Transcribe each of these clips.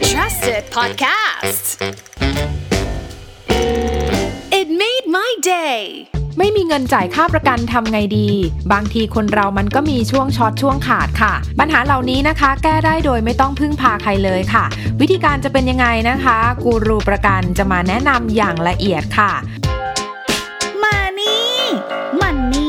Trusted Podcast It made my day ไม่มีเงินจ่ายค่าประกันทำไงดีบางทีคนเรามันก็มีช่วงช็อตช่วงขาดค่ะปัญหาเหล่านี้นะคะแก้ได้โดยไม่ต้องพึ่งพาใครเลยค่ะวิธีการจะเป็นยังไงนะคะกูรูประกันจะมาแนะนำอย่างละเอียดค่ะมานี่มันนี่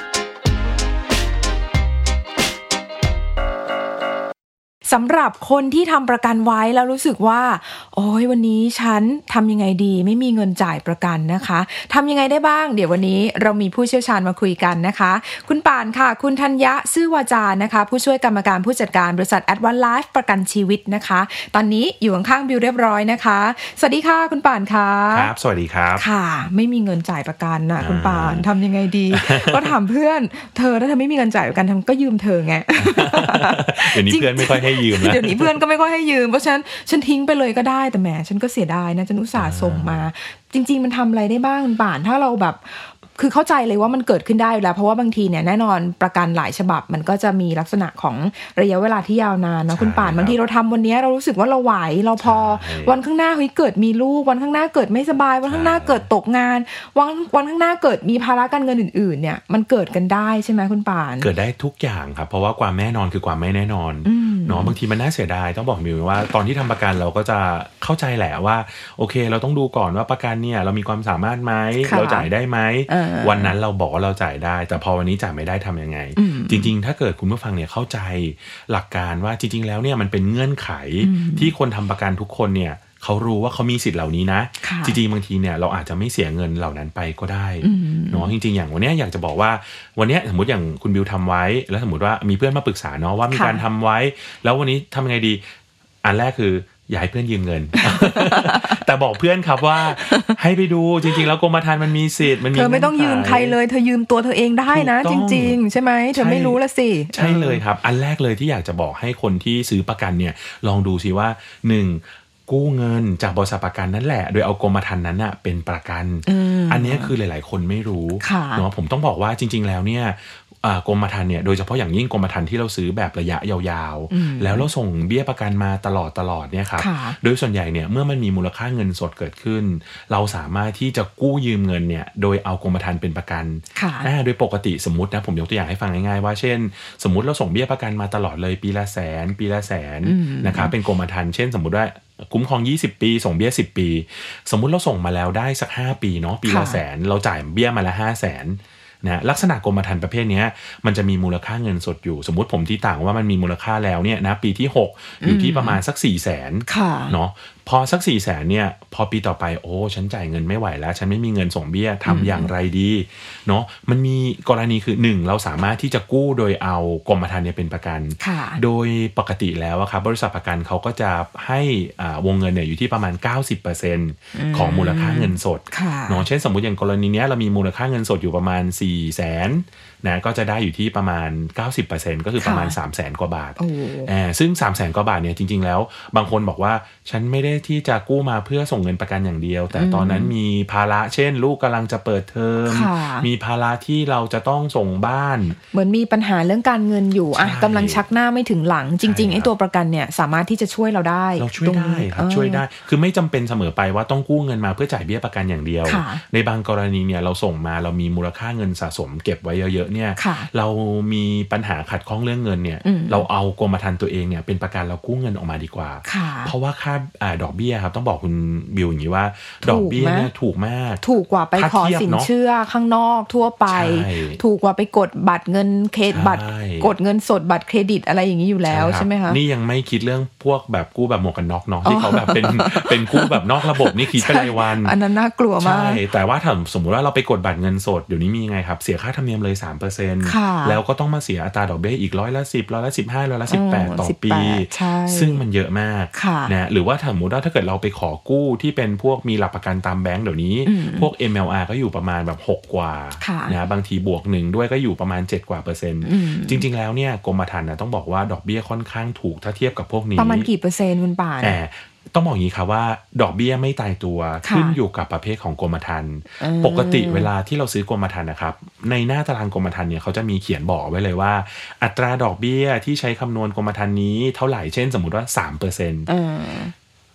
สำหรับคนที่ทำประกันไว้แล้วรู้สึกว่าโอ้ยวันนี้ฉันทำยังไงดีไม่มีเงินจ่ายประกันนะคะทำยังไงได้บ้างเดี๋ยววันนี้เรามีผู้เชี่ยวชาญมาคุยกันนะคะคุณป่านค่ะคุณธัญญะซื่อวาจานะคะผู้ช่วยกรรมการผู้จัดการบริษัท Advanced Life ประกันชีวิตนะคะตอนนี้อยู่ข้างๆบิวเรียบร้อยนะคะสวัสดีค่ะคุณป่านค่ะครับสวัสดีครับค่ะไม่มีเงินจ่ายประกันน่ะคุณป่านทำยังไงดี ก็ถามเพื่อนเธอถ้าเธอไม่มีเงินจ่ายประกันทำก็ยืมเธอไงเดี๋ยวนี้เพื่อนไม่ค่อยให้ยืมแล้วเดี๋ยวนี้เพื่อนก็ไม่ค่อยให้ยืมเพราะฉะนั้นฉันทิ้งไปเลยก็ได้แต่แหมฉันก็เสียดายนะฉันอุตส่าห์ส่งมาจริงๆมันทำอะไรได้บ้างคุณป่านถ้าเราแบบคือเข้าใจเลยว่ามันเกิดขึ้นได้อยู่แล้วเพราะว่าบางทีเนี่ยแน่นอนประกันหลายฉบับมันก็จะมีลักษณะของระยะเวลาที่ยาวนานนะคุณป่านบางทีเราทำวันนี้เรารู้สึกว่าเราไหวเราพอวันข้างหน้าเฮ้ยเกิดมีลูกวันข้างหน้าเกิดไม่สบายวันข้างหน้าเกิดตกงานวันข้างหน้าเกิดมีภาระการเงินอื่นๆเนี่ยมันเกิดกันได้ใช่ไหมคุณป่านเกิดได้ทุกอย่างครับเพราะว่าความแน่นอนคือความไม่แน่นอนเนาะบางทีมันน่าเสียดายต้องบอกมิวว่าตอนที่ทำประกันเราก็จะเข้าใจแหละว่าโอเคเราต้องดูก่อนว่าประกันเนี่ยเรามีความสามารถไหมเราจ่ายได้ไหมวันนั้นเราบอกว่าเราจ่ายได้แต่พอวันนี้จ่ายไม่ได้ทำยังไงจริงๆถ้าเกิดคุณผู้ฟังเนี่ยเข้าใจหลักการว่าจริงๆแล้วเนี่ยมันเป็นเงื่อนไขที่คนทำประกันทุกคนเนี่ยเขารู้ว่าเขามีสิทธิ์เหล่านี้นะจริงๆบางทีเนี่ยเราอาจจะไม่เสียเงินเหล่านั้นไปก็ได้เนาะจริงๆอย่างวันนี้อยากจะบอกว่าวันนี้สมมติอย่างคุณบิวทำไว้แล้วสมมติว่ามีเพื่อนมาปรึกษาเนาะว่ามีการทำไว้แล้ววันนี้ทำยังไงดีอันแรกคืออย่าให้เพื่อนยืมเงิน แต่บอกเพื่อนครับว่าให้ไปดูจริงๆแล้วกรมธรรม์มันมีสิทธิ์มันมีเธอไม่ต้องยืมใครเลยเธอยืมตัวเธอเองได้นะจริงๆใช่ไหมเธอไม่รู้ละสิใช่เลยครับอันแรกเลยที่อยากจะบอกให้คนที่ซื้อประกันเนี่ยลองดูสิว่า1กู้เงินจากบริษัทประกันนั่นแหละโดยเอากรมธรรม์นั้นน่ะเป็นประกันอันนี้คือหลายๆคนไม่รู้เนาะผมต้องบอกว่าจริงๆแล้วเนี่ยกรมธรรม์เนี่ยโดยเฉพาะอย่างยิ่งกรมธรรม์ที่เราซื้อแบบระยะยาวๆแล้วเราส่งเบี้ยประกันมาตลอดเนี่ยครับโดยส่วนใหญ่เนี่ยเมื่อมันมีมูลค่าเงินสดเกิดขึ้นเราสามารถที่จะกู้ยืมเงินเนี่ยโดยเอากรมธรรม์เป็นประกันโดยปกติสมมตินะผมยกตัวอย่างให้ฟังง่ายๆว่าเช่นสมมติเราส่งเบี้ยประกันมาตลอดเลยปีละแสนนะครับเป็นกรมธรรม์เช่นสมมติว่าคุ้มครอง20ปีส่งเบี้ย10ปีสมมุติเราส่งมาแล้วได้สัก5ปีเนาะปีละแสนเราจ่ายเบี้ยมาละ500,000นะลักษณะกรมธรรม์ประเภทนี้มันจะมีมูลค่าเงินสดอยู่สมมุติผมที่ต่างว่ามันมีมูลค่าแล้วเนี่ยนะปีที่6อยู่ที่ประมาณสัก 400,000 เนาะพอสัก 400,000 เนี่ยพอปีต่อไปโอ้ฉันจ่ายเงินไม่ไหวแล้วฉันไม่มีเงินส่งเบี้ยทำอย่างไรดีเนาะมันมีกรณีคือ1เราสามารถที่จะกู้โดยเอากรมธรรม์เนี่ยเป็นประกันโดยปกติแล้วครับบริษัทประกันเขาก็จะให้วงเงินเนี่ยอยู่ที่ประมาณ 90% ของมูลค่าเงินสดเนาะเช่นสมมุติอย่างกรณีเนี้ยเรามีมูลค่าเงินสดอยู่ประมาณ 400,000 นะก็จะได้อยู่ที่ประมาณ 90% ก็คือประมาณ 300,000 กว่าบาทซึ่ง 300,000 กว่าบาทเนี่ยจริงๆแล้วบางคนบอกว่าฉันไม่ได้ที่จะกู้มาเพื่อส่งเงินประกันอย่างเดียวแต่ตอนนั้นมีภาระเช่นลูกกำลังจะเปิดเทอมมีภาระที่เราจะต้องส่งบ้านเหมือนมีปัญหาเรื่องการเงินอยู่อ่ะกำลังชักหน้าไม่ถึงหลังจริงๆไอ้ตัวประกันเนี่ยสามารถที่จะช่วยเราได้เราช่วยได้ครับช่วยได้คือไม่จำเป็นเสมอไปว่าต้องกู้เงินมาเพื่อจ่ายเบี้ยประกันอย่างเดียวในบางกรณีเนี่ยเราส่งมาเรามีมูลค่าเงินสะสมเก็บไว้เยอะๆเนี่ยเรามีปัญหาขัดข้องเรื่องเงินเนี่ยเราเอากรมธรรม์ตัวเองเนี่ยเป็นประกันเรากู้เงินออกมาดีกว่าเพราะว่าค่าดอกเบี้ยครับต้องบอกคุณบิวอย่างนี้ว่าดอกเบี้ยเนี่ยถูกมากถูกกว่าไปขอสินเชื่อข้างนอกทั่วไปถูกกว่าไปกดบัตรเงินเครดิตบัตรกดเงินสดบัตรเครดิตอะไรอย่างนี้อยู่แล้วใช่ไหมคะนี่ยังไม่คิดเรื่องพวกแบบกู้แบบหมวกกันน็อกเนาะที่เขาแบบเป็นกู้แบบนอกระบบนี่คิดเป็นรายวันอันนั้นน่ากลัวมากใช่แต่ว่าถ้าสมมุติว่าเราไปกดบัตรเงินสดเดี๋ยวนี้มีไงครับเสียค่าธรรมเนียมเลย 3% แล้วก็ต้องมาเสียอัตราดอกเบี้ยอีก10%, 15%, 18%ต่อปีซึ่งมันเยอะมากนะหรือว่าสมมุติว่าถ้าเกิดเราไปขอกู้ที่เป็นพวกมีหลักประกันตามแบงก์เดี๋ยวนี้พวก MLR ก็อยู่ประมาณแบบ6กว่านะบางทีบวก1ด้วยก็อยู่ประมาณ7กว่า%จริงๆแล้วเนี่ยกรมธรรม์นะต้องบอกว่าดอกเบี้ยค่อนข้างถูกถ้าเทียบกับพวกนี้ประมาณกี่เปอร์เซ็นต์คุณป่านต้องบอกอย่างนี้ครับว่าดอกเบี้ยไม่ตายตัวขึ้นอยู่กับประเภทของกรมธรรม์ปกติเวลาที่เราซื้อกรมธรรม์นะครับในหน้าตารางกรมธรรม์เนี่ยเขาจะมีเขียนบอกไว้เลยว่าอัตราดอกเบี้ยที่ใช้คำนวณกรมธรรม์นี้เท่าไหร่เช่นสมมุติว่า 3%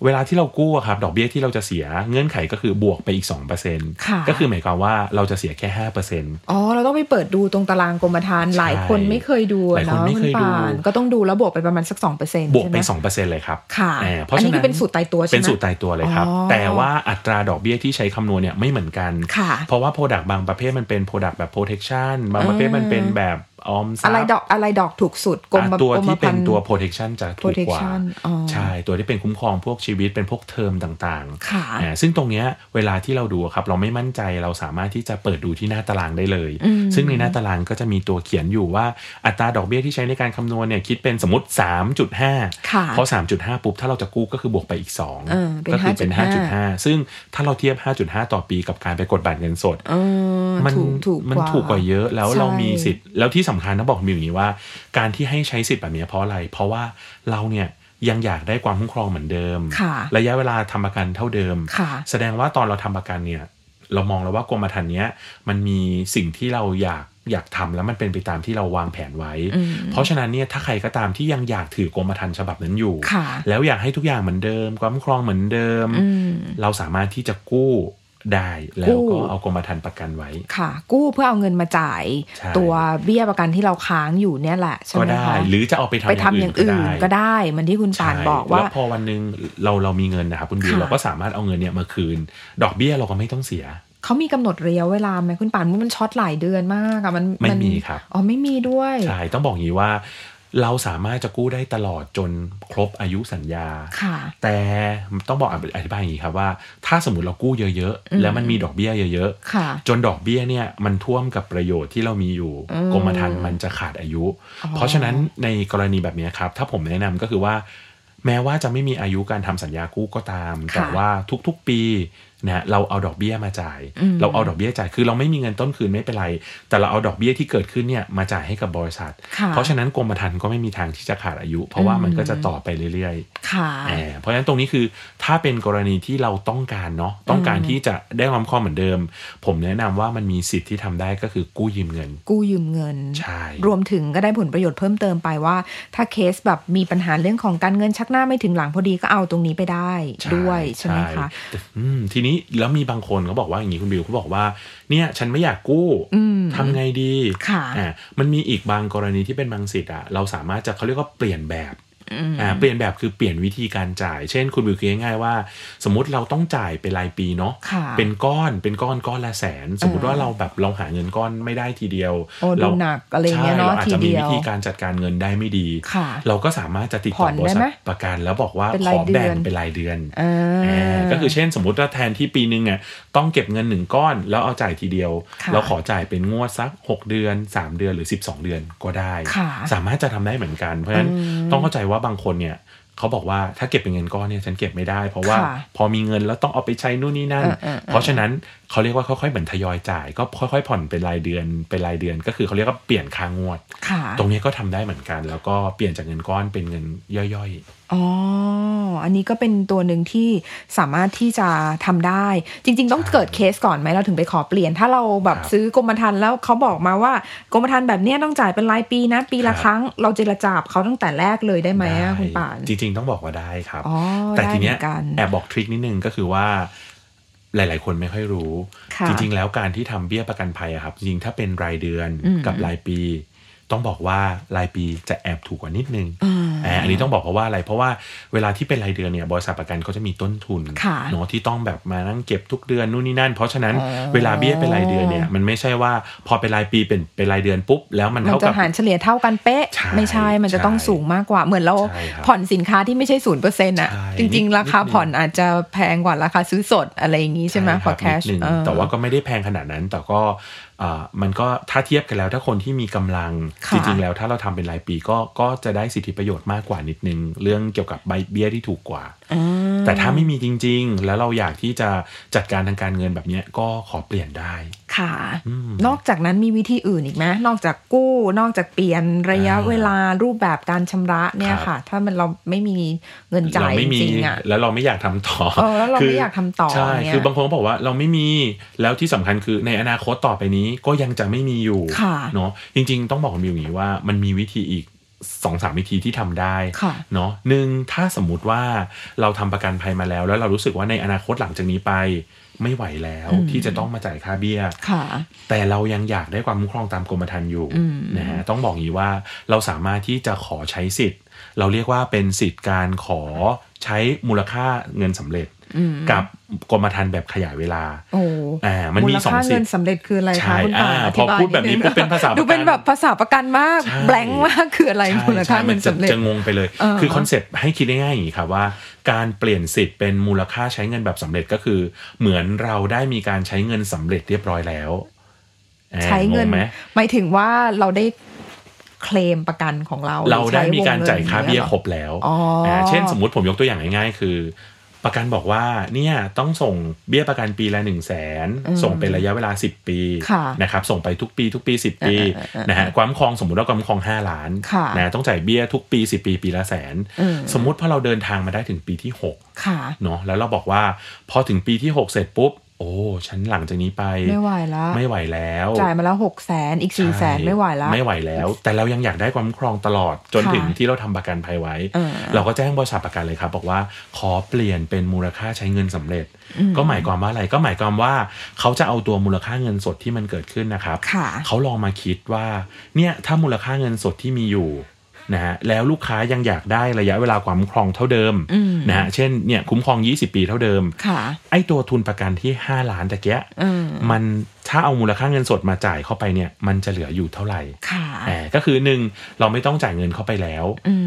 เวลาที่เรากู้ครับดอกเบี้ยที่เราจะเสียเงื่อนไขก็คือบวกไปอีก 2% ก็คือหมายความว่าเราจะเสียแค่ 5% อ๋อเราต้องไปเปิดดูตรงตารางกรมธรรม์หลายคนไม่เคยดูเนาะคุณปานก็ต้องดูแล้วบวกไปประมาณสัก 2% บวกไป 2% เลยครับเพราะฉะนั้นคือเป็นสูตรตายตัวใช่ไหมเป็นสูตรตายตัวเลยครับแต่ว่าอัตราดอกเบี้ยที่ใช้คำนวณเนี่ยไม่เหมือนกันเพราะว่า product บางประเภทมันเป็น product แบบ protection บางประเภทมันเป็นแบบออมทรัพย์อะไรดอกถูกสุดตัวที่เป็นตัว protection จะถูกกว่าใช่ตัวที่เป็นคุ้มครองพวกชีวิตเป็นพวกเทอมต่างๆซึ่งตรงเนี้ยเวลาที่เราดูครับเราไม่มั่นใจเราสามารถที่จะเปิดดูที่หน้าตารางได้เลยซึ่งในหน้าตารางก็จะมีตัวเขียนอยู่ว่าอัตราดอกเบี้ยที่ใช้ในการคำนวณเนี่ยคิดเป็นสมมติ 3.5 เพราะ 3.5 ปุ๊บถ้าเราจะกู้ก็คือบวกไปอีก2ก็คือเป็น 5.5 ซึ่งถ้าเราเทียบ 5.5 ต่อปีกับการไปกดบัตรเงินสดมันถูกกว่าเยอะแล้วเรามีสิทธิ์แล้วที่สำคัญต้องบอกมีอย่างนี้ว่าการที่ให้ใช้สิทธิ์แบบนี้เพราะอะไรเพราะว่าเราเนี่ยยังอยากได้ความคุ้มครองเหมือนเดิมระยะเวลาทำประกันเท่าเดิมแสดงว่าตอนเราทำประกันเนี่ยเรามองแล้วว่ากรมธรรม์เนี้ยมันมีสิ่งที่เราอยากทำแล้วมันเป็นไปตามที่เราวางแผนไว้เพราะฉะนั้นเนี่ยถ้าใครก็ตามที่ยังอยากถือกรมธรรม์ฉบับนั้นอยู่แล้วอยากให้ทุกอย่างเหมือนเดิมความคุ้มครองเหมือนเดิมเราสามารถที่จะกู้ได้แล้วก็เอากรมธรรม์ประกันไว้ค่ะกู้เพื่อเอาเงินมาจ่ายตัวเบี้ยประกันที่เราค้างอยู่เนี่ยแหละใช่ไหมคะก็ได้หรือจะเอาไปทำอย่างอื่นก็ได้เหมือนที่คุณปานบอกว่าแล้วพอวันนึงเรามีเงินนะครับคุณบิวเราก็สามารถเอาเงินเนี่ยมาคืนดอกเบี้ยเราก็ไม่ต้องเสียเขามีกำหนดระยะเวลาไหมคุณปานมันช็อตหลายเดือนมากอะมันไม่มีครับไม่มีด้วยใช่ต้องบอกงี้ว่าเราสามารถจะกู้ได้ตลอดจนครบอายุสัญญาแต่ต้องบอกอธิบายอย่างนี้ครับว่าถ้าสมมติเรากู้เยอะๆแล้วมันมีดอกเบี้ยเยอะๆจนดอกเบี้ยเนี่ยมันท่วมกับประโยชน์ที่เรามีอยู่กรมธรรม์มันจะขาดอายุเพราะฉะนั้นในกรณีแบบนี้ครับถ้าผมแนะนำก็คือว่าแม้ว่าจะไม่มีอายุการทำสัญญากู้ก็ตามแต่ว่าทุกๆปีนะเราเอาดอกเบี้ยมาจ่ายเราเอาดอกเบี้ยจ่ายคือเราไม่มีเงินต้นคืนไม่เป็นไรแต่เราเอาดอกเบี้ยที่เกิดขึ้นเนี่ยมาจ่ายให้กับบริษัทเพราะฉะนั้นกรมธรรม์ก็ไม่มีทางที่จะขาดอายุเพราะว่ามันก็จะต่อไปเรื่อยๆเพราะฉะนั้นตรงนี้คือถ้าเป็นกรณีที่เราต้องการเนาะต้องการที่จะได้ความคุ้มครองเหมือนเดิมผมแนะนำว่ามันมีสิทธิ์ที่ทำได้ก็คือกู้ยืมเงินใช่รวมถึงก็ได้ผลประโยชน์เพิ่มเติมไปว่าถ้าเคสแบบมีปัญหาเรื่องของการเงินชักหน้าไม่ถึงหลังพอดีก็เอาตรงนี้ไปได้ด้วยใช่ไหมคะทีนี้แล้วมีบางคนเขาบอกว่าอย่างนี้คุณบิวเขาบอกว่าเนี่ยฉันไม่อยากกู้ทำไงดีมันมีอีกบางกรณีที่เป็นบางสิทธิ์เราสามารถจะเขาเรียกว่าเปลี่ยนแบบเปลี่ยนแบบคือเปลี่ยนวิธีการจ่ายเช่นคุณบิวคิดง่ายๆว่าสมมุติเราต้องจ่ายเป็นรายปีเนาะเป็นก้อนละแสนสมมุติว่าเราหาเงินก้อนไม่ได้ทีเดียวเราหนักอะไรเงี้ยเนาะอาจจะมีวิธีการจัดการเงินได้ไม่ดีเราก็สามารถจะติดต่อบริษัทประกันแล้วบอกว่าขอแบ่งเป็นรายเดือนก็คือเช่นสมมุติว่าแทนที่ปีนึงต้องเก็บเงิน1ก้อนแล้วเอาจ่ายทีเดียวเราขอจ่ายเป็นงวดสัก6เดือน3เดือนหรือ12เดือนก็ได้สามารถจะทำได้เหมือนกันเพราะฉะนั้นต้องเข้าใจว่าบางคนเนี่ยเขาบอกว่าถ้าเก็บเป็นเงินก้อนเนี่ยฉันเก็บไม่ได้เพราะว่าพอมีเงินแล้วต้องเอาไปใช้นู่นนี่นั่นเพราะฉะนั้นเขาเรียกว่าค่อยๆเหมือนทยอยจ่ายก็ค่อยๆผ่อนเป็นรายเดือนก็คือเขาเรียกว่าเปลี่ยนค่างวดตรงนี้ก็ทำได้เหมือนกันแล้วก็เปลี่ยนจากเงินก้อนเป็นเงินย่อยอันนี้ก็เป็นตัวหนึ่งที่สามารถที่จะทำได้จริงๆต้องเกิดเคสก่อนไหมเราถึงไปขอเปลี่ยนถ้าเราแบบซื้อกรมธรรม์แล้วเขาบอกมาว่ากรมธรรม์แบบนี้ต้องจ่ายเป็นรายปีนะปีละครั้งเราเจรจาเขาตั้งแต่แรกเลยได้ไหมคุณป่านจริงๆต้องบอกว่าได้ครับแต่ทีเนี้ยแอบบอกทริคนิดนึงก็คือว่าหลายๆคนไม่ค่อยรู้จริงๆแล้วการที่ทำเบี้ยประกันภัยครับจริงๆถ้าเป็นรายเดือนกับรายปีต้องบอกว่ารายปีจะแอบถูกกว่านิดนึงอันนี้ต้องบอกเพราะว่าอะไรเพราะว่าเวลาที่เป็นรายเดือนเนี่ยบริษัทประกันเขาจะมีต้นทุนเนาะที่ต้องแบบมานั่งเก็บทุกเดือนนู่นนี่นั่นเพราะฉะนั้นเวลาเบี้ยเป็นรายเดือนเนี่ยมันไม่ใช่ว่าพอเป็นรายปีเป็นรายเดือนปุ๊บแล้วมันเท่ากับจะหารเฉลี่ยเท่ากันเป๊ะไม่ใช่มันจะต้องสูงมากกว่าเหมือนเราผ่อนสินค้าที่ไม่ใช่ 0% อ่ะจริงๆราคาผ่อนอาจจะแพงกว่าราคาซื้อสดอะไรอย่างงี้ใช่ไหมพอแคชแต่ว่าก็ไม่ได้แพงขนาดนั้นแต่ก็มันก็ถ้าเทียบกันแล้วถ้าคนที่มีกำลังจริงๆแล้วถ้าเราทำเป็นรายปีก็จะได้สิทธิประโยชน์มากกว่านิดนึงเรื่องเกี่ยวกับใบเบี้ยที่ถูกกว่าแต่ถ้าไม่มีจริงๆแล้วเราอยากที่จะจัดการทางการเงินแบบนี้ก็ขอเปลี่ยนได้ค่ะนอกจากนั้นมีวิธีอื่นอีกไหมนอกจากกู้นอกจากเปลี่ยนระยะเวลารูปแบบการชำระเนี่ยค่ะถ้ามันเราไม่มีเงินจ่ายจริงๆอ่ะแล้วเราไม่อยากทำต่อแล้วเราไม่อยากทำต่อใช่คือบางคนบอกว่าเราไม่มีแล้วที่สำคัญคือในอนาคตต่อไปนี้ก็ยังจะไม่มีอยู่เนาะจริงๆต้องบอกคุณบิวอย่างนี้ว่ามันมีวิธีอีก 2-3 วิธีที่ทำได้เนาะ1ถ้าสมมุติว่าเราทำประกันภัยมาแล้วเรารู้สึกว่าในอนาคตหลังจากนี้ไปไม่ไหวแล้วที่จะต้องมาจ่ายค่าเบี้ยแต่เรายังอยากได้ความคุ้มครองตามกรมธรรม์อยู่นะฮะต้องบอกอย่างนี้ว่าเราสามารถที่จะขอใช้สิทธิ์เราเรียกว่าเป็นสิทธิ์การขอใช้มูลค่าเงินสำเร็จกับกรมธรรม์แบบขยายเวลามันมี2สิทธิ์มูลค่าเงินสำเร็จคืออะไรคะคุณป่าพอพูดแบบนี้ปุ๊บเป็นภาษาดูเป็นแบบภาษาประกันมากแบงค์มากคืออะไรมูลค่าเงินสำเร็จจะงงไปเลยคือคอนเซ็ปต์ให้คิดง่ายๆอย่างนี้ครับว่าการเปลี่ยนสิทธิ์เป็นมูลค่าใช้เงินแบบสำเร็จก็คือเหมือนเราได้มีการใช้เงินสำเร็จเรียบร้อยแล้วใช้เงินหมายถึงว่าเราได้เคลมประกันของเราได้มีการจ่ายค่าเบี้ยครบแล้วเช่นสมมุติผมยกตัวอย่างง่ายๆคือประกันบอกว่าเนี่ยต้องส่งเบี้ยประกันปีละ 100,000 ส่งเป็นระยะเวลา10 ปีนะครับส่งไปทุกปี10 ปีนะฮะความคุ้มครองสมมุติว่าความคุ้มครอง5 ล้านนะต้องจ่ายเบี้ยทุกปี10 ปีปีละ100,000สมมุติพอเราเดินทางมาได้ถึงปีที่6เนาะแล้วเราบอกว่าพอถึงปีที่6เสร็จปุ๊บโอ้ฉันหลังจากนี้ไปไม่ไหวแล้วจ่ายมาแล้ว 600,000 อีก 400,000 ไม่ไหวแล้วแต่เรายังอยากได้ความคุ้มครองตลอดจนถึงที่เราทำประกันภัยไว้เราก็แจ้งบริษัทประกันเลยครับบอกว่าขอเปลี่ยนเป็นมูลค่าใช้เงินสำเร็จก็หมายความว่าอะไรก็หมายความว่าเขาจะเอาตัวมูลค่าเงินสดที่มันเกิดขึ้นนะครับเขาลองมาคิดว่าเนี่ยถ้ามูลค่าเงินสดที่มีอยู่นะฮะแล้วลูกค้ายังอยากได้ระยะเวลาความคุ้มครองเท่าเดิมนะฮะเช่นเนี่ยคุ้มครอง20 ปีเท่าเดิมไอ้ตัวทุนประกันที่5 ล้านตะเกียมันถ้าเอามูลค่าเงินสดมาจ่ายเข้าไปเนี่ยมันจะเหลืออยู่เท่าไหร่ก็คือ1เราไม่ต้องจ่ายเงินเข้าไปแล้ว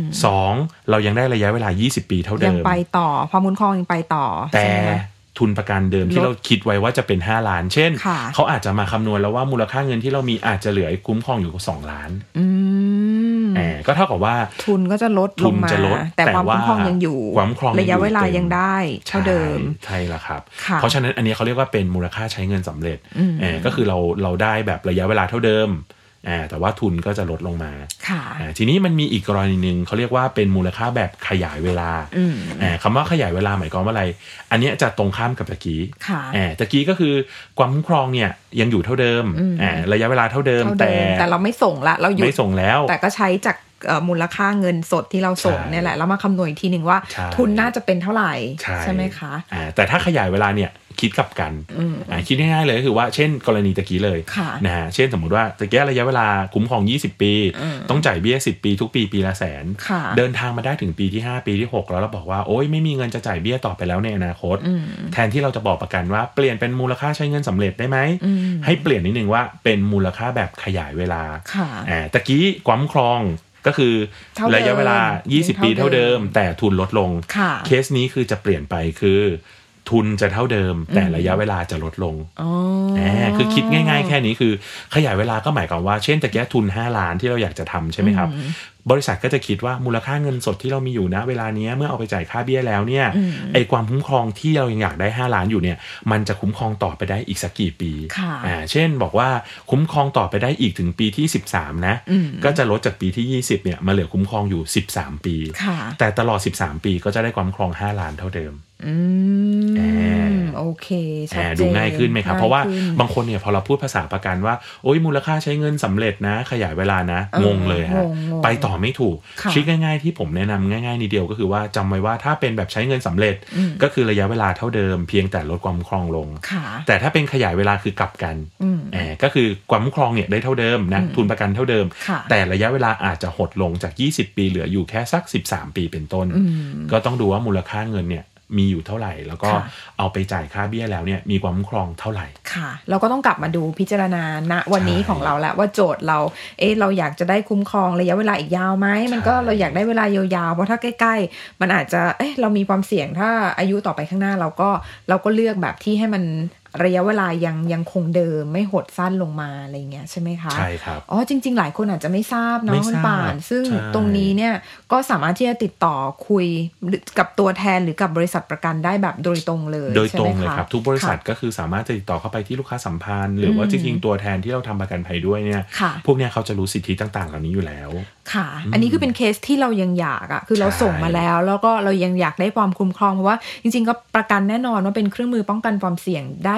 2เรายังได้ระยะเวลา20 ปีเท่าเดิมยังไปต่อความคุ้มครองยังไปต่อแต่ทุนประกันเดิมที่เราคิดไว้ว่าจะเป็น5 ล้านเช่นเขาอาจจะมาคำนวณแล้วว่ามูลค่าเงินที่เรามีอาจจะเหลือคุ้มครองอยู่2 ล้านก็เท่ากับว่าทุนก็จะลดลงมาแต่ความคุ้มครองยังอยู่ระยะเวลายังได้เท่าเดิมใช่ละครับเพราะฉะนั้นอันนี้เขาเรียกว่าเป็นมูลค่าใช้เงินสำเร็จก็คือเราได้แบบระยะเวลาเท่าเดิมแต่ว่าทุนก็จะลดลงมาทีนี้มันมีอีกกรณีนึงเขาเรียกว่าเป็นมูลค่าแบบขยายเวลาคำว่าขยายเวลาหมายความว่าอะไรอันนี้จะตรงข้ามกับตะกี้ก็คือความคุ้มครองเนี่ยยังอยู่เท่าเดิมระยะเวลาเท่าเดิมแต่เราไม่ส่งละเราหยุดไม่ส่งแล้วแต่ก็ใช้จากมูลค่าเงินสดที่เราส่งเนี่ยแหละแล้วมาคำนวณอีกทีนึงว่าทุนน่าจะเป็นเท่าไหร่ใช่ไหมคะแต่ถ้าขยายเวลาเนี่ยคิดกลับกันคิดง่ายๆเลยก็คือว่าเช่นกรณีตะกี้เลยนะฮะเช่นสมมุติว่าตะกี้ระยะเวลาคุ้มครอง20 ปีต้องจ่ายเบี้ย10 ปีทุกปีปีละ100,000เดินทางมาได้ถึงปีที่5ปีที่6แล้วเราบอกว่าโอ๊ยไม่มีเงินจะจ่ายเบี้ยต่อไปแล้วในอนาคตแทนที่เราจะบอกประกันว่าเปลี่ยนเป็นมูลค่าใช้เงินสำเร็จได้ไหมให้เปลี่ยนนิดนึงว่าเป็นมูลค่าแบบขยายเวลาตะกี้ความคุ้มครองก็คือระยะเวลา20 ปีเท่าเดิมแต่ทุนลดลงเคสนี้คือจะเปลี่ยนไปคือทุนจะเท่าเดิมแต่ระยะเวลาจะลดลงคือคิดง่ายๆแค่นี้คือขยายเวลาก็หมายความว่าเช่นตะแกทุน5 ล้านที่เราอยากจะทำใช่ไหมครับบริษัทก็จะคิดว่ามูลค่าเงินสดที่เรามีอยู่ณเวลานี้เมื่อเอาไปจ่ายค่าเบี้ยแล้วเนี่ยไอ้ความคุ้มครองที่เรายังอยากได้5 ล้านอยู่เนี่ยมันจะคุ้มครองต่อไปได้อีกสักกี่ปีเช่นบอกว่าคุ้มครองต่อไปได้อีกถึงปีที่13นะก็จะลดจากปีที่20เนี่ยมาเหลือคุ้มครองอยู่13 ปีแต่ตลอด13 ปีก็จะได้ความคุ้มครอง5 ล้านเท่าเดิมโอเคชัดเจนดูง่ายขึ้นไหมครับเพราะว่าบางคนเนี่ยพอเราพูดภาษาประกันว่าโอ้ยมูลค่าใช้เงินสำเร็จนะขยายเวลานะงงเลยฮะไปต่อไม่ถูกทริคง่ายๆที่ผมแนะนำง่ายๆนิดเดียวก็คือว่าจำไว้ว่าถ้าเป็นแบบใช้เงินสำเร็จก็คือระยะเวลาเท่าเดิมเพียงแต่ลดความคุ้มครองลงแต่ถ้าเป็นขยายเวลาคือกลับกันก็คือความคุ้มครองเนี่ยได้เท่าเดิมนะทุนประกันเท่าเดิมแต่ระยะเวลาอาจจะหดลงจาก20 ปีเหลืออยู่แค่สัก13 ปีเป็นต้นก็ต้องดูว่ามูลค่าเงินเนี่ยมีอยู่เท่าไหร่แล้วก็เอาไปจ่ายค่าเบี้ยแล้วเนี่ยมีความคุ้มครองเท่าไหร่ค่ะเราก็ต้องกลับมาดูพิจารณาณวันนี้ของเราแล้วว่าโจทย์เราเราอยากจะได้คุ้มครองระยะเวลาอีกยาวไหมมันก็เราอยากได้เวลายาวๆเพราะถ้าใกล้ๆมันอาจจะเรามีความเสี่ยงถ้าอายุต่อไปข้างหน้าเราก็เลือกแบบที่ให้มันระยะเวลายังคงเดิมไม่หดสั้นลงมาอะไรเงี้ยใช่ไหมคะใช่ครับจริงๆหลายคนอาจจะไม่ทราบเนาะคุณป่านซึ่งตรงนี้เนี่ยก็สามารถที่จะติดต่อคุยกับตัวแทนหรือกับบริษัทประกันได้แบบโดยตรงเลยโดยตรงเลยครับทุกบริษัทก็คือสามารถจะติดต่อเข้าไปที่ลูกค้าสัมพันธ์หรือว่าจริงๆตัวแทนที่เราทำประกันภัยด้วยเนี่ยพวกเนี้ยเขาจะรู้สิทธิต่างๆเหล่านี้อยู่แล้วค่ะอันนี้คือเป็นเคสที่เรายังอยากคือเราส่งมาแล้วก็เรายังอยากได้ความคุ้มครองเพราะว่าจริงๆก็ประกันแน่นอนว่าเป็นเครื่องมือป้องกันความเสี่ยงได้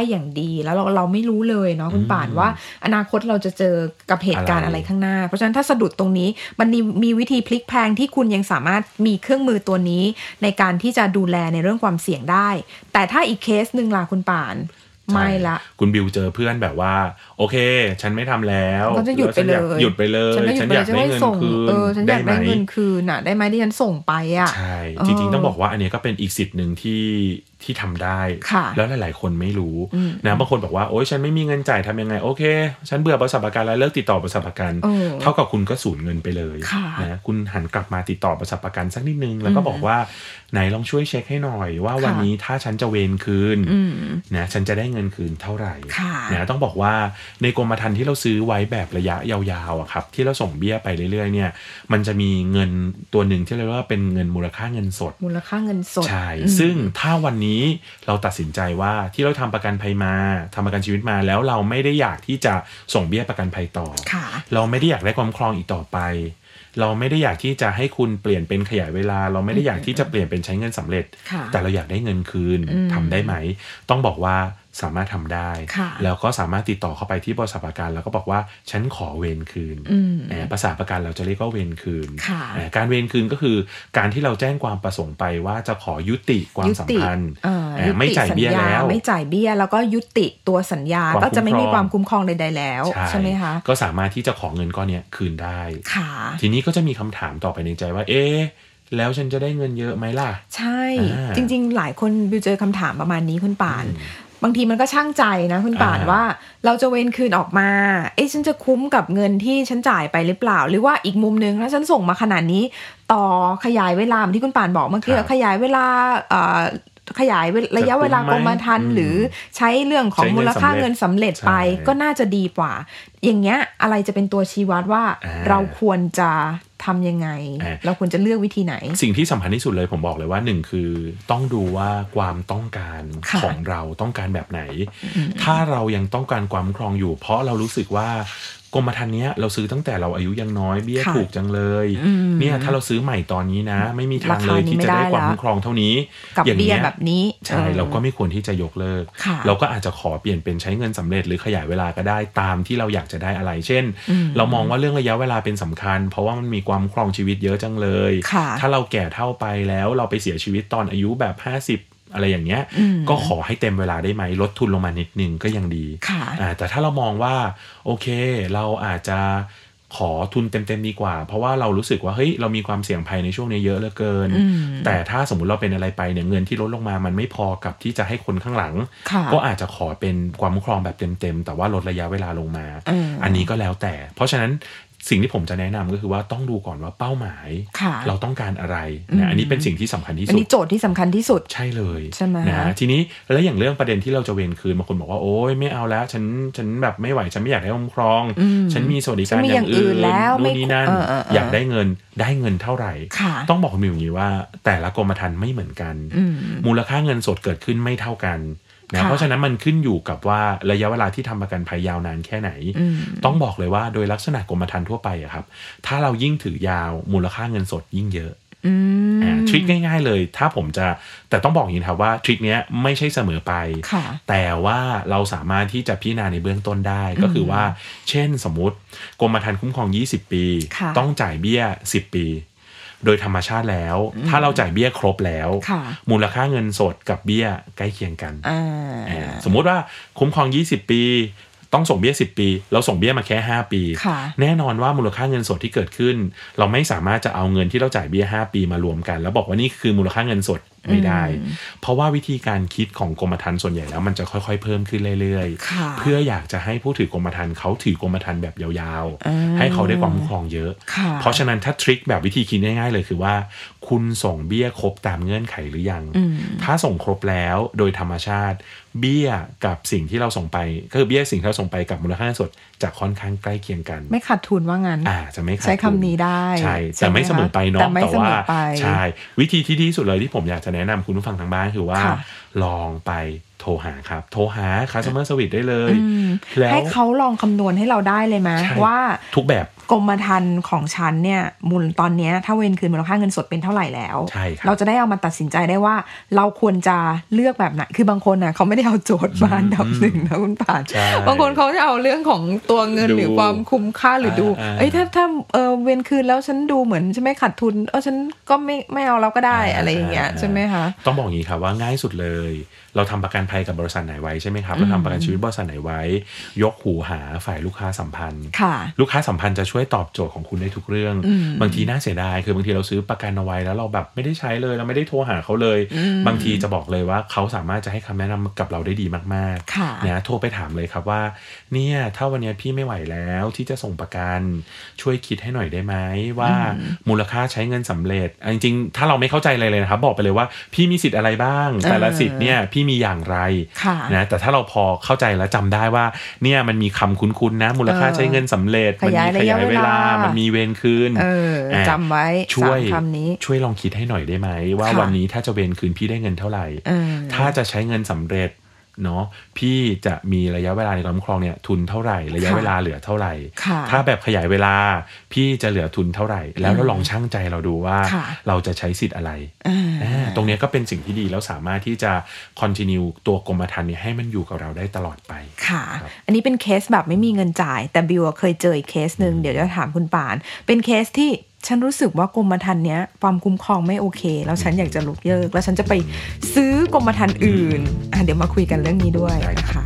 อย่างดีแล้วเราไม่รู้เลยเนาะคุณป่านว่าอนาคตเราจะเจอกับเหตุการณ์อะไรข้างหน้าเพราะฉะนั้นถ้าสะดุดตรงนี้มันมีวิธีพลิกแพลงที่คุณยังสามารถมีเครื่องมือตัวนี้ในการที่จะดูแลในเรื่องความเสี่ยงได้แต่ถ้าอีกเคสนึงล่ะคุณป่านไม่ละคุณบิวเจอเพื่อนแบบว่าโอเคฉันไม่ทำแล้วก็จะหยุดไปเลยฉันอยากได้เงินคืนฉันอยากได้เงินคืนน่ะได้ไหมที่ฉันส่งไปอ่ะใช่จริงๆต้องบอกว่าอันนี้ก็เป็นอีกสิทธิ์นึงที่ทำได้แล้วหลายๆคนไม่รู้นะบางคนบอกว่าโอ๊ยฉันไม่มีเงินจ่ายทำยังไงโอเคฉันเบื่อบริษัทประกันแล้วเลิกติดต่อบริษัทประกันเท่ากับคุณก็สูญเงินไปเลยนะคุณหันกลับมาติดต่อบริษัทประกันสักนิดนึงแล้วก็บอกว่าไหนลองช่วยเช็คให้หน่อยว่าวันนี้ถ้าฉันจะเวรคืนนะฉันจะได้เงินคืนเท่าไหร่นะต้องบอกว่าในกรมธรรม์ที่เราซื้อไว้แบบระยะยาวๆครับที่เราส่งเบี้ยไปเรื่อยๆเนี่ยมันจะมีเงินตัวหนึ่งที่เรียกว่าเป็นเงินมูลค่าเงินสดใช่ซึ่งถ้าวันนี้เราตัดสินใจว่าที่เราทำประกันภัยมาทำประกันชีวิตมาแล้วเราไม่ได้อยากที่จะส่งเบี้ยประกันภัยต่อเราไม่ได้อยากได้ความคุ้มครองอีกต่อไปเราไม่ได้อยากที่จะให้คุณเปลี่ยนเป็นขยายเวลาเราไม่ได้อยากที่จะเปลี่ยนเป็นใช้เงินสำเร็จแต่เราอยากได้เงินคืนทำได้ไหมต้องบอกว่าสามารถทำได้แล้วก็สามารถติดต่อเข้าไปที่บริษัทประกันแล้วก็บอกว่าฉันขอเวรคืนภาษาประกันเราจะเรียกว่าเวรคืนการเวรคืนก็คือการที่เราแจ้งความประสงค์ไปว่าจะขอยุติความสัมพันธ์ไม่จ่ายเบี้ยแล้วไม่จ่ายเบี้ยแล้วก็ยุติตัวสัญญาก็จะไม่มีความคุ้มครองใดๆแล้วใช่ไหมคะก็สามารถที่จะขอเงินก้อนนี้คืนได้ทีนี้ก็จะมีคำถามต่อไปในใจว่าแล้วฉันจะได้เงินเยอะไหมล่ะใช่จริงๆหลายคนบิวเจอคำถามประมาณนี้คุณป่านบางทีมันก็ช่างใจนะคุณป่านว่าเราจะเว้นคืนออกมาฉันจะคุ้มกับเงินที่ฉันจ่ายไปหรือเปล่าหรือว่าอีกมุมนึงถ้าฉันส่งมาขนาดนี้ต่อขยายเวลาที่คุณป่านบอกเมื่อกี้ขยายเวลาขยายระยะเวลากรมธรรม์หรือใช้เรื่องของมูลค่าเงินสำเร็จไปก็น่าจะดีกว่าอย่างเงี้ยอะไรจะเป็นตัวชี้วัดว่าเราควรจะทำยังไงเราควรจะเลือกวิธีไหนสิ่งที่สำคัญที่สุดเลยผมบอกเลยว่า1คือต้องดูว่าความต้องการของเราต้องการแบบไหนถ้าเรายังต้องการความคุ้มครองอยู่เพราะเรารู้สึกว่ากรมธรรม์เนี้ยเราซื้อตั้งแต่เราอายุยังน้อยเบี้ยถูกจังเลยเนี่ยถ้าเราซื้อใหม่ตอนนี้นะไม่มีทางเลยที่จะได้ความคุ้มครองเท่านี้อย่างเบี้ยแบบนี้ใช่เราก็ไม่ควรที่จะยกเลิกเราก็อาจจะขอเปลี่ยนเป็นใช้เงินสำเร็จหรือขยายเวลาก็ได้ตามที่เราอยากจะได้อะไรเช่นเรามองว่าเรื่องระยะเวลาเป็นสำคัญเพราะว่ามันมีความคุ้มครองชีวิตเยอะจังเลยถ้าเราแก่เท่าไปแล้วเราไปเสียชีวิตตอนอายุแบบ50อะไรอย่างเงี้ยก็ขอให้เต็มเวลาได้ไหมลดทุนลงมานิดนึงก็ยังดีแต่ถ้าเรามองว่าโอเคเราอาจจะขอทุนเต็มๆดีกว่าเพราะว่าเรารู้สึกว่าเฮ้ยเรามีความเสี่ยงภัยในช่วงนี้เยอะเหลือเกินแต่ถ้าสมมุติเราเป็นอะไรไปเนี่ยเงินที่ลดลงมามันไม่พอกับที่จะให้คนข้างหลังก็อาจจะขอเป็นความคุ้มครองแบบเต็มๆแต่ว่าลดระยะเวลาลงมาอันนี้ก็แล้วแต่เพราะฉะนั้นสิ่งที่ผมจะแนะนำก็คือว่าต้องดูก่อนว่าเป้าหมายเราต้องการอะไรนะอันนี้เป็นสิ่งที่สำคัญที่สุดอันนี้โจทย์ที่สำคัญที่สุดใช่เลยใช่ไหมนะทีนี้แล้วอย่างเรื่องประเด็นที่เราจะเวรคืนบางคนบอกว่าโอ๊ยไม่เอาแล้วฉันแบบไม่ไหวฉันไม่อยากได้คุ้มครองฉันมีสวัสดิการอย่างอื่นแล้วนู่นนี่นั่นอยากได้เงินเท่าไหร่ต้องบอกคุณมิวอย่างนี้ว่าแต่ละกรมธรรม์ไม่เหมือนกันมูลค่าเงินสดเกิดขึ้นไม่เท่ากันนะเพราะฉะนั้นมันขึ้นอยู่กับว่าระยะเวลาที่ทำประกันภัยยาวนานแค่ไหนต้องบอกเลยว่าโดยลักษณะกรมธรรม์ทั่วไปอะครับถ้าเรายิ่งถือยาวมูลค่าเงินสดยิ่งเยอะทริคง่ายๆเลยถ้าผมจะแต่ต้องบอกอย่างนี้ครับว่าทริคเนี้ยไม่ใช่เสมอไปแต่ว่าเราสามารถที่จะพิจารณาในเบื้องต้นได้ก็คือว่าเช่นสมมุติกรมธรรม์คุ้มครอง20ปีต้องจ่ายเบี้ย10ปีโดยธรรมชาติแล้วถ้าเราจ่ายเบี้ยครบแล้วมูลค่าเงินสดกับเบี้ยใกล้เคียงกันสมมุติว่าคุ้มครอง20ปีต้องส่งเบี้ย10ปีเราส่งเบี้ยมาแค่5ปีแน่นอนว่ามูลค่าเงินสดที่เกิดขึ้นเราไม่สามารถจะเอาเงินที่เราจ่ายเบี้ย5ปีมารวมกันแล้วบอกว่านี่คือมูลค่าเงินสดไม่ได้เพราะว่าวิธีการคิดของกรมธรรม์ส่วนใหญ่แล้วมันจะค่อยๆเพิ่มขึ้นเรื่อยๆเพื่ออยากจะให้ผู้ถือกรมธรรม์เขาถือกรมธรรม์แบบยาวๆให้เขาได้ความคุ้มครองเยอะเพราะฉะนั้นถ้าทริคแบบวิธีคิดง่ายๆเลยคือว่าคุณส่งเบี้ยครบตามเงื่อนไขหรือยังถ้าส่งครบแล้วโดยธรรมชาติเบี้ยกับสิ่งที่เราส่งไปก็คือเบี้ยสิ่งที่เราส่งไปกับมูลค่าเงินสดจะค่อนข้างใกล้เคียงกันไม่ขาดทุนว่างั้นจะไม่ขาดทุนใช้คำนี้ได้ใช่แต่ไม่เสมอไปเนาะแต่ว่าใช่วิธีที่ดีที่สุดเลยที่ผมอยากจะแนะนำคุณผู้ฟังทางบ้านคือว่าลองไปโทรหาครับโทรหา customer service ได้เลยแล้วให้เขาลองคำนวณให้เราได้เลยไหมว่าทุกแบบกรมธรรม์ของฉันเนี่ยมูลตอนนี้ถ้าเวรคืนมูลค่าเงินสดเป็นเท่าไหร่แล้วเราจะได้เอามาตัดสินใจได้ว่าเราควรจะเลือกแบบไหนคือบางคนน่ะเขาไม่ได้เอาโจทย์มาอันดับหนึ่งนะคุณป่านบางคนเขาจะเอาเรื่องของตัวเงินหรือความคุ้มค่าหรือดูถ้าเวรคืนแล้วฉันดูเหมือนฉันไม่ขาดทุนฉันก็ไม่เอาแล้วก็ได้อะไรอย่างเงี้ยใช่ไหมคะต้องบอกอย่างนี้ครับว่าง่ายสุดเลยเราทำประกันภัยกับบริษัทไหนไว้ใช่ไหมครับเราทำประกันชีวิตบริษัทไหนไว้ยกหูหาฝ่ายลูกค้าสัมพันธ์ลูกค้าสัมพันธ์จะช่วยตอบโจทย์ของคุณได้ทุกเรื่องบางทีน่าเสียดายคือบางทีเราซื้อประกันเอาไว้แล้วเราแบบไม่ได้ใช้เลยเราไม่ได้โทรหาเขาเลยบางทีจะบอกเลยว่าเขาสามารถจะให้คำแนะนำกับเราได้ดีมากๆนะโทรไปถามเลยครับว่าเนี่ยถ้าวันนี้พี่ไม่ไหวแล้วที่จะส่งประกันช่วยคิดให้หน่อยได้ไหมว่ามูลค่าใช้เงินสำเร็จจริงๆถ้าเราไม่เข้าใจอะไรเลยนะครับบอกไปเลยว่าพี่มีสิทธิ์อะไรบ้างแต่ละสิทธิ์เนี่ยพี่มีอย่างไรนะแต่ถ้าเราพอเข้าใจแล้วจำได้ว่าเนี่ยมันมีคำคุ้นๆนะมูลค่าใช้เงินสำเร็จมันมีขยายเวลามันมีเวรคืนจำไว้คำนี้ช่วยลองคิดให้หน่อยได้ไหมว่าวันนี้ถ้าจะเวรคืนพี่ได้เงินเท่าไหร่ถ้าจะใช้เงินสำเร็จเนาะพี่จะมีระยะเวลาในการคุ้มครองเนี่ยทุนเท่าไหร่ระยะเวลาเหลือเท่าไหร่ถ้าแบบขยายเวลาพี่จะเหลือทุนเท่าไหร่แล้วเราลองชั่งใจเราดูว่าเราจะใช้สิทธิ์อะไรตรงนี้ก็เป็นสิ่งที่ดีแล้วสามารถที่จะคอนทินิวตัวกรมธรรม์เนี่ยให้มันอยู่กับเราได้ตลอดไปค่ะอันนี้เป็นเคสแบบไม่มีเงินจ่ายแต่บิวเคยเจออีกเคสนึงเดี๋ยวจะถามคุณป่านเป็นเคสที่ฉันรู้สึกว่ากรมธรรม์เนี้ยความคุ้มครองไม่โอเคแล้วฉันอยากจะยกเลิกแล้วฉันจะไปซื้อกรมธรรม์อื่นเดี๋ยวมาคุยกันเรื่องนี้ด้วยนะคะ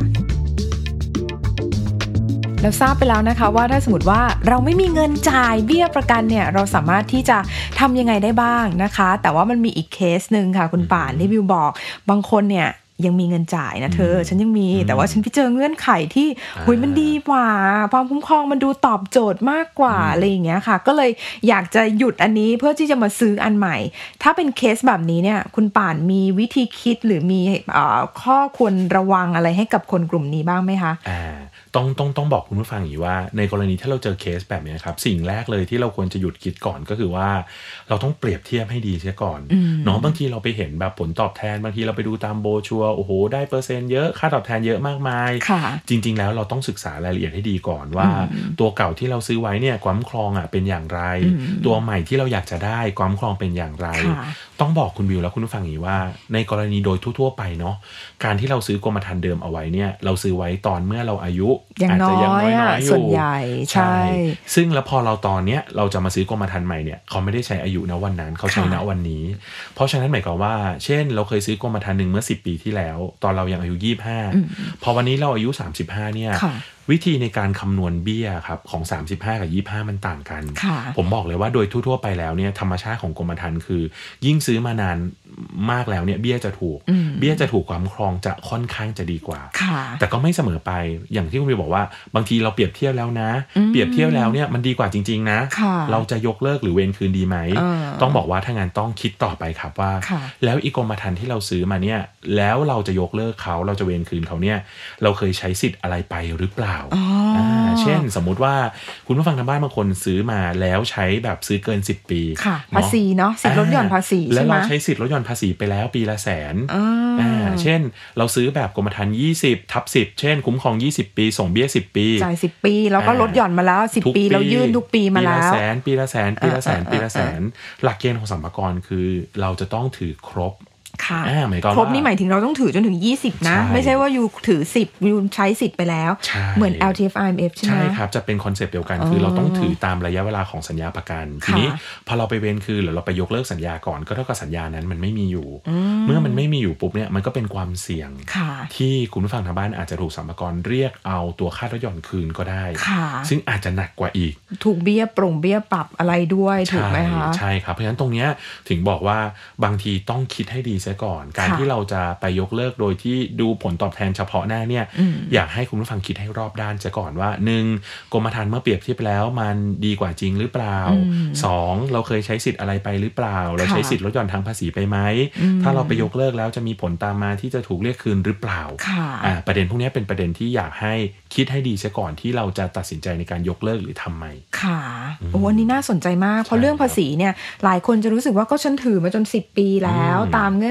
เราทราบไปแล้วนะคะว่าถ้าสมมติว่าเราไม่มีเงินจ่ายเบี้ยประกันเนี่ยเราสามารถที่จะทำยังไงได้บ้างนะคะแต่ว่ามันมีอีกเคสนึงค่ะคุณป่านที่บิวบอกบางคนเนี่ยยังมีเงินจ่ายนะเธอฉันยังมีแต่ว่าฉันไปเจอเงื่อนไขที่มันดีกว่าความคุ้มครองมันดูตอบโจทย์มากกว่าอะไรอย่างเงี้ยค่ะก็เลยอยากจะหยุดอันนี้เพื่อที่จะมาซื้ออันใหม่ถ้าเป็นเคสแบบนี้เนี่ยคุณป่านมีวิธีคิดหรือมีข้อควรระวังอะไรให้กับคนกลุ่มนี้บ้างไหมคะต้องบอกคุณผู้ฟังอย่างนี้ว่าในกรณีถ้าเราเจอเคสแบบนี้ครับสิ่งแรกเลยที่เราควรจะหยุดคิดก่อนก็คือว่าเราต้องเปรียบเทียบให้ดีเสียก่อนเนาะบางทีเราไปเห็นแบบผลตอบแทนบางทีเราไปดูตามโบชัวโอ้โหได้เปอร์เซ็นต์เยอะค่าตอบแทนเยอะมากมายจริงๆแล้วเราต้องศึกษารายละเอียดให้ดีก่อนว่าตัวเก่าที่เราซื้อไว้เนี่ยความครองเป็นอย่างไรตัวใหม่ที่เราอยากจะได้ความครองเป็นอย่างไรต้องบอกคุณวิวและคุณผู้ฟังอย่างนี้ว่าในกรณีโดยทั่วๆไปเนาะการที่เราซื้อกรมธรรม์เดิมเอาไว้เนี่ยเราซื้อไว้ตอนเมื่อเราอายุอาจจะยังน้อยอยู่ส่วนใหญ่ใช่ซึ่งแล้วพอเราตอนเนี้ยเราจะมาซื้อกรมธรรม์ใหม่เนี่ยเขาไม่ได้ใช้อายุณวันนั้นเขาใช้ณวันนี้เพราะฉะนั้นหมายความว่าเช่นเราเคยซื้อกรมธรรม์นึงเมื่อ10ปีที่แล้วตอนเรายังอายุ25พอวันนี้เราอายุ35เนี่ยวิธีในการคำนวณเบี้ยครับของ35กับ25มันต่างกันผมบอกเลยว่าโดยทั่วๆไปแล้วเนี่ยธรรมชาติของกรมธรรม์คือยิ่งซื้อมานานมากแล้วเนี่ยเบี้ยจะถูกความครองจะค่อนข้างจะดีกว่าแต่ก็ไม่เสมอไปอย่างที่คุณวิวบอกว่าบางทีเราเปรียบเทียบแล้วนะเปรียบเทียบแล้วเนี่ยมันดีกว่าจริงๆนะเราจะยกเลิกหรือเวรคืนดีไหมต้องบอกว่าถ้างานต้องคิดต่อไปครับว่าแล้วอีกรมธรรม์ที่เราซื้อมาเนี่ยแล้วเราจะยกเลิกเขาเราจะเวรคืนเขาเนี่ยเราเคยใช้สิทธิ์อะไรไปหรือเปล่าเช่นสมมุติว่าคุณผู้ฟังทางบ้านบางคนซื้อมาแล้วใช้แบบซื้อเกิน10ปีภาษีเนาะสิทธิลดหย่อนภาษีใช่ไหมแล้วเราใช้สิทธิลดหย่อนภาษีไปแล้วปีละ100,000เช่นเราซื้อแบบกรมธรรม์20/10เช่นคุ้มครอง20ปีส่งเบี้ย10ปีจ่าย10ปีแล้วก็ลดหย่อนมาแล้ว10ปีเรายื่นทุกปีมาแล้วปีละแสนหลักเกณฑ์ของสรรพากรคือเราจะต้องถือครบครบนี่หมายถึงเราต้องถือจนถึง20นะไม่ใช่ว่าอยู่ถือ10อยู่ใช้สิทธิ์ไปแล้วเหมือน LTF IMF ใช่ไหมใช่ครับจะเป็นคอนเซปต์เดียวกันคือเราต้องถือตามระยะเวลาของสัญญาประกันทีนี้พอเราไปเว้นคืนหรือเราไปยกเลิกสัญญาก่อนก็เท่ากับสัญญานั้นมันไม่มีอยู่เมื่อมันไม่มีอยู่ปุ๊บเนี่ยมันก็เป็นความเสี่ยงที่คุณผู้ฟังทางบ้านอาจจะถูกสรรพากรเรียกเอาตัวค่าลดหย่อนคืนก็ได้ซึ่งอาจจะหนักกว่าอีกถูกเบี้ยปรับอะไรด้วยถูกไหมคะใช่ครับเพราะฉะนั้นตรงนี้ถึงบอกว่าบางทีต้องคิดให้ดีซะก่อนการที่เราจะไปยกเลิกโดยที่ดูผลตอบแทนเฉพาะหน้าเนี่ยอยากให้คุณผู้ฟังคิดให้รอบด้านซะก่อนว่า1กรมธรรม์เมื่อเปรียบเทียบแล้วมันดีกว่าจริงหรือเปล่า2เราเคยใช้สิทธิ์อะไรไปหรือเปล่าเราใช้สิทธิ์ลดหย่อนทางภาษีไปไหมถ้าเราไปยกเลิกแล้วจะมีผลตามมาที่จะถูกเรียกคืนหรือเปล่าประเด็นพวกนี้เป็นประเด็นที่อยากให้คิดให้ดีซะก่อนที่เราจะตัดสินใจในการยกเลิกหรือทำใหม่ค่ะโอ้อันนี้น่าสนใจมากเพราะเรื่องภาษีเนี่ยหลายคนจะรู้สึกว่าก็ฉันถือมาจน10ปีแล้วตามเงื่อน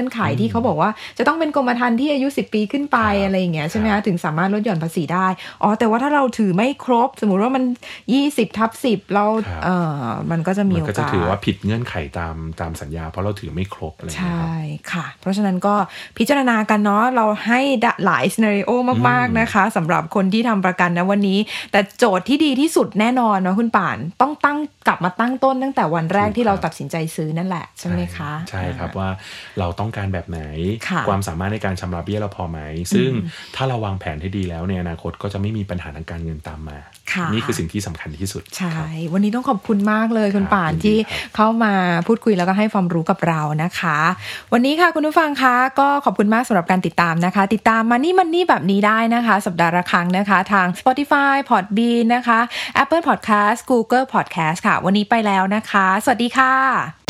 งื่อนไขที่เขาบอกว่าจะต้องเป็นกรมธรรม์ที่อายุ10ปีขึ้นไปอะไรอย่างเงี้ยใช่ไหมคะถึงสามารถลดหย่อนภาษีได้แต่ว่าถ้าเราถือไม่ครบสมมุติว่ามัน20/10เรามันก็จะมีโอกาสมันก็จะถือว่าผิดเงื่อนไขตามสัญญาเพราะเราถือไม่ครบอะไรอย่างเงี้ยครับใช่ค่ะเพราะฉะนั้นก็พิจารณากันเนาะเราให้หลายซีนาริโอมากๆนะคะสำหรับคนที่ทำประกันนะวันนี้แต่โจทย์ที่ดีที่สุดแน่นอนเนาะคุณป่านต้องกลับมาตั้งต้นตั้งแต่วันแรกที่เราตัดสินใจซื้อนั่นแหละใช่ไหมคะใช่ครับว่าเราต้องการแบบไหนความสามารถในการชำระเบี้ยเราพอไหมซึ่งถ้าเราวางแผนให้ดีแล้วในอนาคตก็จะไม่มีปัญหาทางการเงินตามมานี่คือสิ่งที่สำคัญที่สุดใช่วันนี้ต้องขอบคุณมากเลยคุณป่านที่เข้ามาพูดคุยแล้วก็ให้ความรู้กับเรานะคะวันนี้ค่ะคุณผู้ฟังคะก็ขอบคุณมากสำหรับการติดตามนะคะติดตามมันนี่แบบนี้ได้นะคะสัปดาห์ละครั้งนะคะทาง Spotify Podbean นะคะ Apple Podcast Google Podcast ค่ะวันนี้ไปแล้วนะคะสวัสดีค่ะ